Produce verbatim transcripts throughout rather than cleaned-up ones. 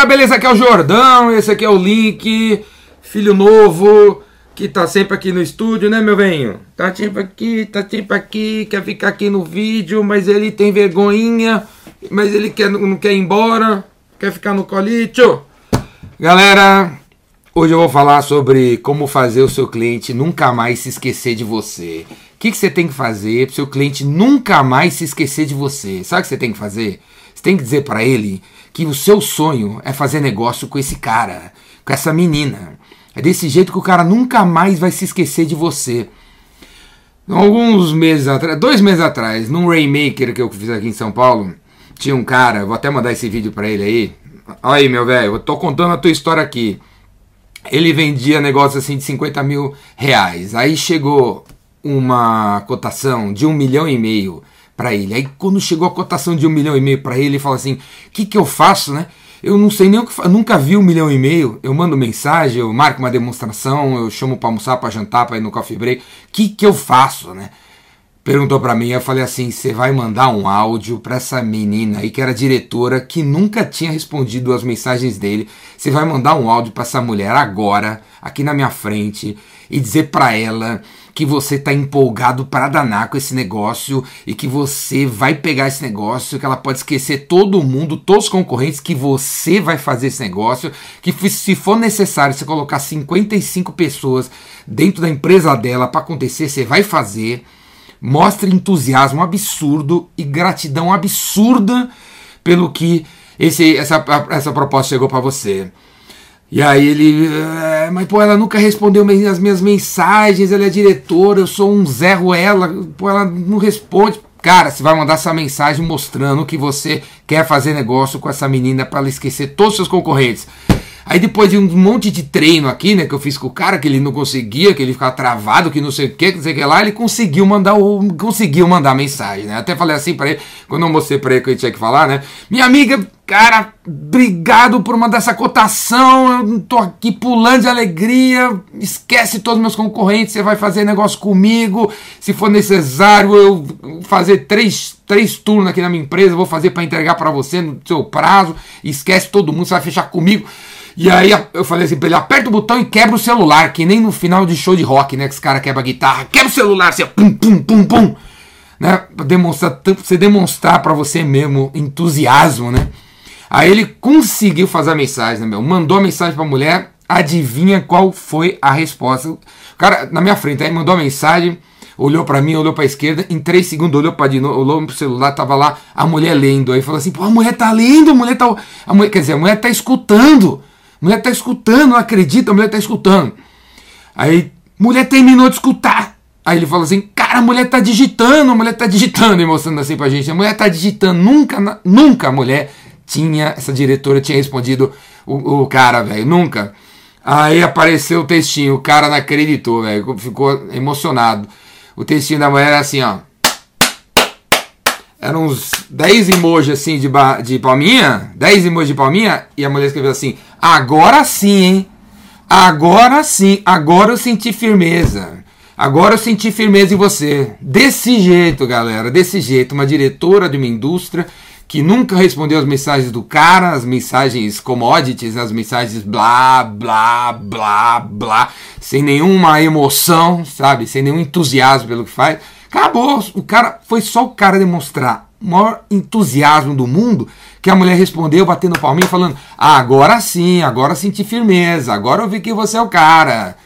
galera, beleza? Aqui é o Jordão, esse aqui é o Link, filho novo, que tá sempre aqui no estúdio, né, meu velho? Tá sempre aqui, tá sempre aqui, quer ficar aqui no vídeo, mas ele tem vergonhinha, mas ele quer, não quer ir embora, quer ficar no colite. Galera, hoje eu vou falar sobre como fazer o seu cliente nunca mais se esquecer de você. O que, que você tem que fazer para o seu cliente nunca mais se esquecer de você? Sabe o que você tem que fazer? Você tem que dizer para ele que o seu sonho é fazer negócio com esse cara, com essa menina. É desse jeito que o cara nunca mais vai se esquecer de você. Alguns meses atrás, dois meses atrás, num Rainmaker que eu fiz aqui em São Paulo, tinha um cara, vou até mandar esse vídeo para ele aí. Olha aí, meu velho, eu tô contando a tua história aqui. Ele vendia negócio assim de cinquenta mil reais. Aí chegou uma cotação de um milhão e meio para ele. Aí quando chegou a cotação de um milhão e meio para ele, ele fala assim: o que que eu faço, né? Eu não sei nem o que faço, nunca vi um milhão e meio. Eu mando mensagem, eu marco uma demonstração, eu chamo para almoçar, para jantar, para ir no coffee break. O que que eu faço, né? Perguntou para mim, eu falei assim: você vai mandar um áudio para essa menina aí que era diretora, que nunca tinha respondido as mensagens dele. Você vai mandar um áudio para essa mulher agora, aqui na minha frente, e dizer para ela que você tá empolgado para danar com esse negócio e que você vai pegar esse negócio, que ela pode esquecer todo mundo, todos os concorrentes, que você vai fazer esse negócio, que se for necessário você colocar cinquenta e cinco pessoas dentro da empresa dela para acontecer, você vai fazer. Mostre entusiasmo absurdo e gratidão absurda pelo que esse, essa, essa proposta chegou para você. E aí ele, é, mas pô, ela nunca respondeu as minhas mensagens, ela é diretora, eu sou um Zé Ruela, pô, ela não responde. Cara, você vai mandar essa mensagem mostrando que você quer fazer negócio com essa menina para ela esquecer todos os seus concorrentes. Aí depois de um monte de treino aqui, né, que eu fiz com o cara, que ele não conseguia, que ele ficava travado, que não sei o que, que não sei o que lá, ele conseguiu mandar o, conseguiu mandar a mensagem, né? Até falei assim pra ele, quando eu mostrei pra ele que eu tinha que falar, né? Minha amiga, cara, obrigado por mandar essa cotação, eu tô aqui pulando de alegria, esquece todos os meus concorrentes, você vai fazer negócio comigo, se for necessário eu fazer três, três turnos aqui na minha empresa, eu vou fazer pra entregar pra você no seu prazo, esquece todo mundo, você vai fechar comigo. E aí eu falei assim pra ele: aperta o botão e quebra o celular, que nem no final de show de rock, né, que os caras quebram a guitarra, quebra o celular, assim, pum, pum, pum, pum, né, pra demonstrar, pra você demonstrar pra você mesmo entusiasmo, né. Aí ele conseguiu fazer a mensagem, né, meu, mandou a mensagem pra mulher, adivinha qual foi a resposta? O cara na minha frente, aí mandou a mensagem, olhou pra mim, olhou pra esquerda, em três segundos olhou pra de novo, olhou pro celular, tava lá a mulher lendo, aí falou assim: pô, a mulher tá lendo, a mulher tá, a mulher, quer dizer, a mulher tá escutando. A mulher tá escutando, não acredita, a mulher tá escutando. Aí, mulher terminou de escutar. Aí ele falou assim: cara, a mulher tá digitando, a mulher tá digitando, e mostrando assim pra gente. A mulher tá digitando, nunca, nunca a mulher tinha, essa diretora tinha respondido o, o cara, velho, nunca. Aí apareceu o textinho, o cara não acreditou, velho, ficou emocionado. O textinho da mulher era assim, ó. Eram uns dez emojis assim de, de palminha, dez emojis de palminha, e a mulher escreveu assim: agora sim, hein? Agora sim, agora eu senti firmeza. Agora eu senti firmeza em você. Desse jeito, galera, desse jeito, uma diretora de uma indústria que nunca respondeu as mensagens do cara, as mensagens commodities, as mensagens blá, blá, blá, blá, sem nenhuma emoção, sabe? Sem nenhum entusiasmo pelo que faz. Acabou, o cara, foi só o cara demonstrar o maior entusiasmo do mundo que a mulher respondeu batendo palminha falando: ah, agora sim, agora senti firmeza, agora eu vi que você é o cara.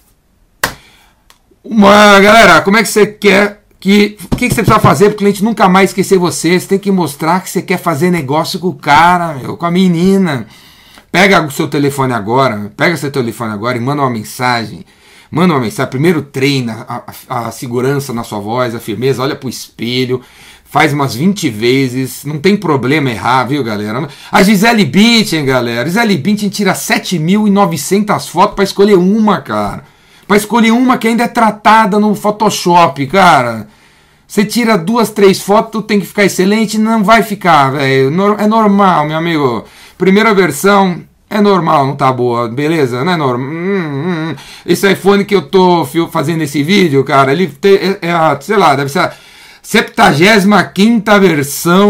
Uma, galera, como é que você quer que, o que, que você precisa fazer para o cliente nunca mais esquecer você? Você tem que mostrar que você quer fazer negócio com o cara, meu, com a menina. Pega o seu telefone agora, pega o seu telefone agora e manda uma mensagem. Manda uma mensagem, primeiro treina a, a, a segurança na sua voz, a firmeza, olha pro espelho, faz umas vinte vezes, não tem problema errar, viu, galera? A Gisele Bündchen, galera, Gisele Bündchen tira sete mil e novecentas fotos para escolher uma, cara. Para escolher uma que ainda é tratada no Photoshop, cara. Você tira duas, três fotos, tem que ficar excelente, não vai ficar, velho. É normal, meu amigo. Primeira versão... é normal, não tá boa, beleza? Não é normal. Hum, hum. Esse iPhone que eu tô fazendo esse vídeo, cara, ele tem, é, é a, sei lá, deve ser a septagésima quinta versão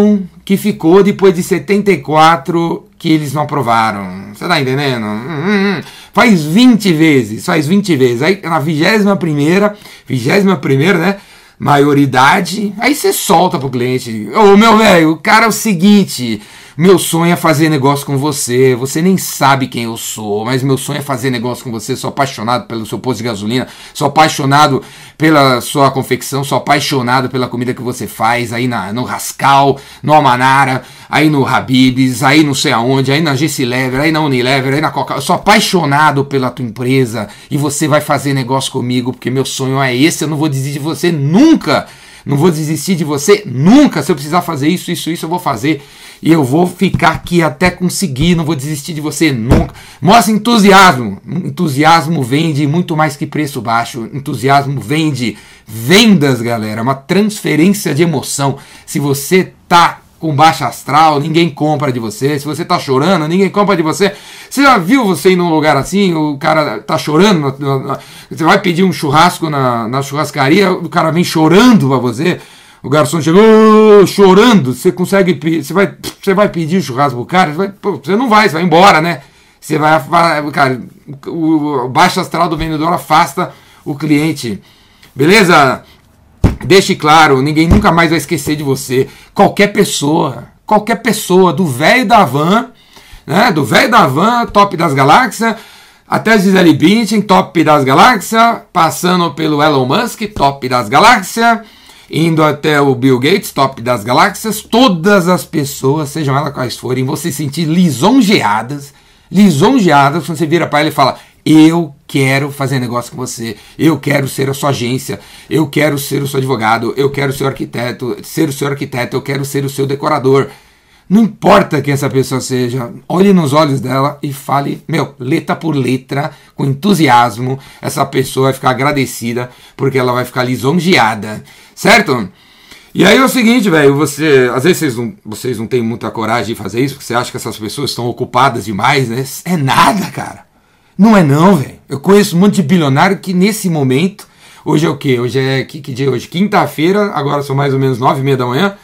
que ficou depois de setenta e quatro que eles não aprovaram. Você tá entendendo? Hum, hum, hum. Faz vinte vezes, faz vinte vezes. Aí na vigésima primeira, vigésima primeira, né? Maioridade, aí você solta pro cliente. Ô meu velho, o cara é o seguinte, meu sonho é fazer negócio com você, você nem sabe quem eu sou, mas meu sonho é fazer negócio com você, sou apaixonado pelo seu posto de gasolina, sou apaixonado pela sua confecção, sou apaixonado pela comida que você faz aí na, no Rascal, no Almanara, aí no Habib's, aí não sei aonde, aí na G C Lever, aí na Unilever, aí na Coca, eu sou apaixonado pela tua empresa e você vai fazer negócio comigo porque meu sonho é esse, eu não vou desistir de você nunca, não vou desistir de você nunca, se eu precisar fazer isso, isso, isso eu vou fazer e eu vou ficar aqui até conseguir, não vou desistir de você nunca. Mostra entusiasmo, entusiasmo vende muito mais que preço baixo, entusiasmo vende vendas, galera, uma transferência de emoção. Se você tá com baixa astral, ninguém compra de você. Se você tá chorando, ninguém compra de você. Você já viu você ir num lugar assim, o cara tá chorando, você vai pedir um churrasco na, na churrascaria, o cara vem chorando pra você, o garçom chegou chorando, você consegue, você vai, você vai pedir churrasco pro cara, você, vai, pô, você não vai, você vai embora, né? Você vai, cara, o, o baixo astral do vendedor afasta o cliente, beleza? Deixe claro, ninguém nunca mais vai esquecer de você. Qualquer pessoa, qualquer pessoa, do velho da van, né, do velho da van, top das galáxias, até Gisele Bündchen, top das galáxias, passando pelo Elon Musk, top das galáxias, indo até o Bill Gates, top das galáxias, todas as pessoas, sejam elas quais forem, vão se sentir lisonjeadas, lisonjeadas, quando você vira para ele e fala: eu quero fazer negócio com você, eu quero ser a sua agência, eu quero ser o seu advogado, eu quero ser o arquiteto, ser o seu arquiteto, eu quero ser o seu decorador. Não importa quem essa pessoa seja, olhe nos olhos dela e fale, meu, letra por letra, com entusiasmo, essa pessoa vai ficar agradecida, porque ela vai ficar lisonjeada, certo? E aí é o seguinte, velho, você, às vezes vocês não, vocês não têm muita coragem de fazer isso, porque você acha que essas pessoas estão ocupadas demais, né? É nada, cara. Não é não, velho. Eu conheço um monte de bilionário que nesse momento, hoje é o quê? Hoje é, que, que dia é hoje? Quinta-feira, agora são mais ou menos nove e meia da manhã.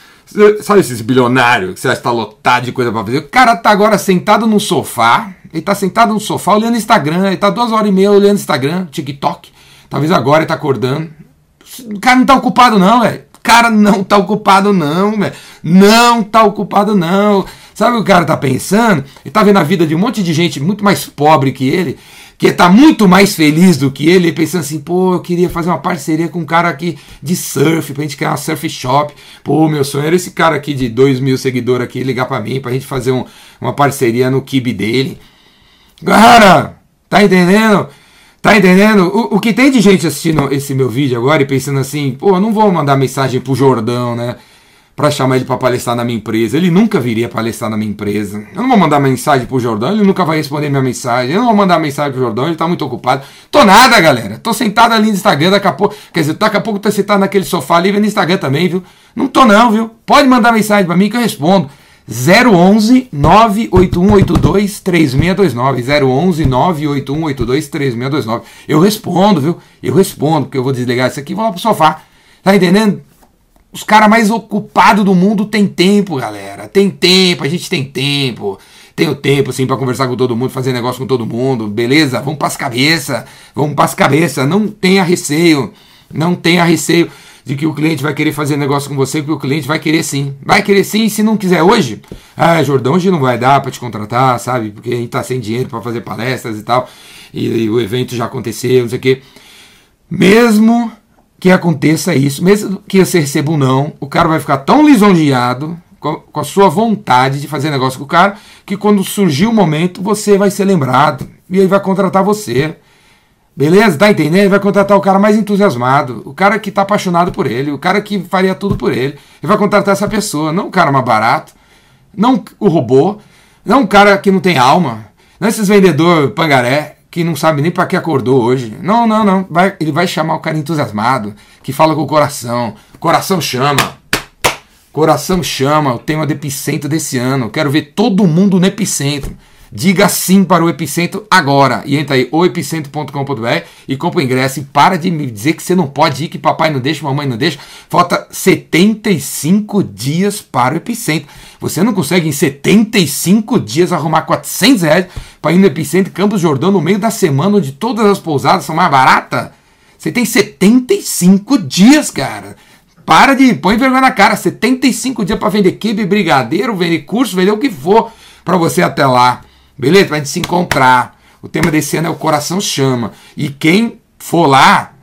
Sabe esses bilionários que você está lotado de coisa pra fazer? O cara tá agora sentado no sofá, ele tá sentado no sofá olhando Instagram, ele tá duas horas e meia olhando Instagram, TikTok, talvez agora ele tá acordando. O cara não tá ocupado não, velho. O cara não tá ocupado não, velho. Não tá ocupado não. Sabe o que o cara tá pensando? Ele tá vendo a vida de um monte de gente muito mais pobre que ele, que tá muito mais feliz do que ele, pensando assim, pô, eu queria fazer uma parceria com um cara aqui de surf, pra gente criar uma surf shop. Pô, meu sonho era esse cara aqui de dois mil seguidores aqui ligar pra mim, pra gente fazer um, uma parceria no kibe dele. Cara, tá entendendo? Tá entendendo? O, o que tem de gente assistindo esse meu vídeo agora e pensando assim, pô, eu não vou mandar mensagem pro Jordão, né? Pra chamar ele pra palestrar na minha empresa. Ele nunca viria palestrar na minha empresa. Eu não vou mandar mensagem pro Jordão, ele nunca vai responder minha mensagem. Eu não vou mandar mensagem pro Jordão, ele tá muito ocupado. Tô nada, galera. Tô sentado ali no Instagram, daqui a pouco. Quer dizer, daqui a pouco tô sentado naquele sofá ali vendo Instagram também, viu? Não tô não, viu? Pode mandar mensagem pra mim que eu respondo. zero onze, nove oito um oito dois, três seis dois nove. zero onze, nove oito um oito dois, três seis dois nove. Eu respondo, viu? Eu respondo, porque eu vou desligar isso aqui e vou lá pro sofá. Tá entendendo? Os caras mais ocupados do mundo tem tempo, galera. Tem tempo, a gente tem tempo. Tem o tempo, assim, pra conversar com todo mundo, fazer negócio com todo mundo, beleza? Vamos pras cabeças, vamos pras cabeças. Não tenha receio, não tenha receio de que o cliente vai querer fazer negócio com você, porque o cliente vai querer sim. Vai querer sim, e se não quiser hoje, ah, Jordão, hoje não vai dar pra te contratar, sabe? Porque a gente tá sem dinheiro pra fazer palestras e tal, e, e o evento já aconteceu, não sei o quê. Mesmo que aconteça isso, mesmo que você receba um não, o cara vai ficar tão lisonjeado com, com a sua vontade de fazer negócio com o cara, que quando surgir o momento, você vai ser lembrado, e ele vai contratar você. Beleza? Tá entendendo? Ele vai contratar o cara mais entusiasmado, o cara que tá apaixonado por ele, o cara que faria tudo por ele. Ele vai contratar essa pessoa, não o cara mais barato, não o robô, não o cara que não tem alma, não esses vendedores pangaré, que não sabe nem para que acordou hoje. Não, não, não. Vai, ele vai chamar o cara entusiasmado, que fala com o coração. Coração chama. Coração chama. O tema do Epicentro desse ano. Eu quero ver todo mundo no Epicentro. Diga sim para o Epicentro agora. E entra aí, o epicentro ponto com ponto b r e compra o ingresso. E para de me dizer que você não pode ir, que papai não deixa, mamãe não deixa. Falta setenta e cinco dias para o Epicentro. Você não consegue em setenta e cinco dias arrumar quatrocentos reais para ir no Epicentro Campos Jordão no meio da semana, onde todas as pousadas são mais baratas? Você tem setenta e cinco dias, cara. Para de... põe vergonha na cara. setenta e cinco dias para vender quibe, brigadeiro, vender curso, vender o que for para você até lá. Beleza? Pra gente se encontrar. O tema desse ano é o Coração Chama. E quem for lá,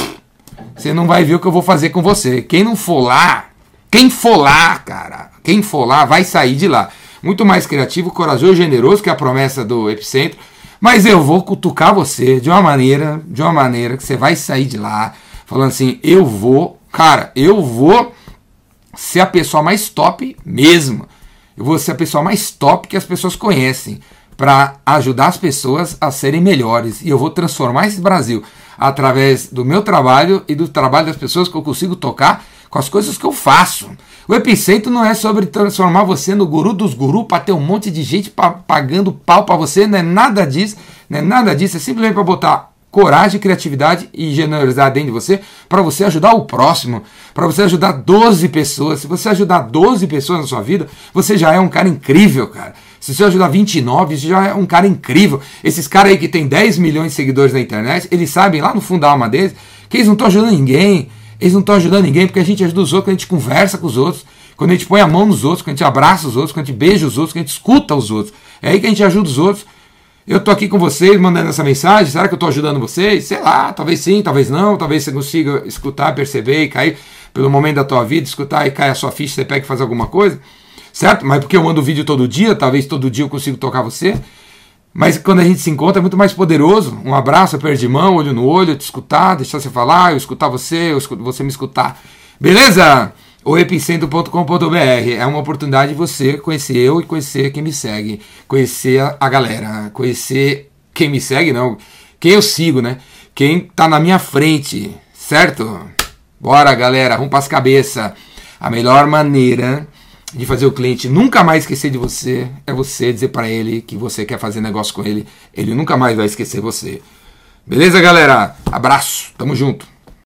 você não vai ver o que eu vou fazer com você. Quem não for lá, quem for lá, cara, quem for lá vai sair de lá. Muito mais criativo, corajoso e generoso, que é a promessa do Epicentro. Mas eu vou cutucar você de uma maneira, de uma maneira que você vai sair de lá falando assim, eu vou, cara, eu vou ser a pessoa mais top mesmo. Eu vou ser a pessoa mais top que as pessoas conhecem, para ajudar as pessoas a serem melhores. E eu vou transformar esse Brasil através do meu trabalho e do trabalho das pessoas que eu consigo tocar com as coisas que eu faço. O Epicentro não é sobre transformar você no guru dos gurus para ter um monte de gente pagando pau para você, não é nada disso, não é nada disso, é simplesmente para botar coragem, criatividade e generosidade dentro de você, para você ajudar o próximo, para você ajudar doze pessoas. Se você ajudar doze pessoas na sua vida, você já é um cara incrível, cara. Se você ajudar vinte e nove, você já é um cara incrível. Esses caras aí que tem dez milhões de seguidores na internet, eles sabem lá no fundo da alma deles que eles não estão ajudando ninguém. Eles não estão ajudando ninguém porque a gente ajuda os outros quando a gente conversa com os outros, quando a gente põe a mão nos outros, quando a gente abraça os outros, quando a gente beija os outros, quando a gente escuta os outros. É aí que a gente ajuda os outros. Eu tô aqui com vocês, mandando essa mensagem, será que eu tô ajudando vocês? Sei lá, talvez sim, talvez não, talvez você consiga escutar, perceber e cair pelo momento da tua vida, escutar e cai a sua ficha, você pega e faz alguma coisa, certo? Mas porque eu mando vídeo todo dia, talvez todo dia eu consiga tocar você, mas quando a gente se encontra é muito mais poderoso. Um abraço, aperto de mão, olho no olho, eu te escutar, deixar você falar, eu escutar você, eu escuto, você me escutar. Beleza? o epicentro ponto com ponto b r é uma oportunidade de você conhecer eu e conhecer quem me segue, conhecer a, a galera, conhecer quem me segue, não, quem eu sigo, né? Quem tá na minha frente, certo? Bora, galera, vamos para as cabeças. A melhor maneira de fazer o cliente nunca mais esquecer de você é você dizer para ele que você quer fazer negócio com ele. Ele nunca mais vai esquecer você. Beleza, galera? Abraço, tamo junto.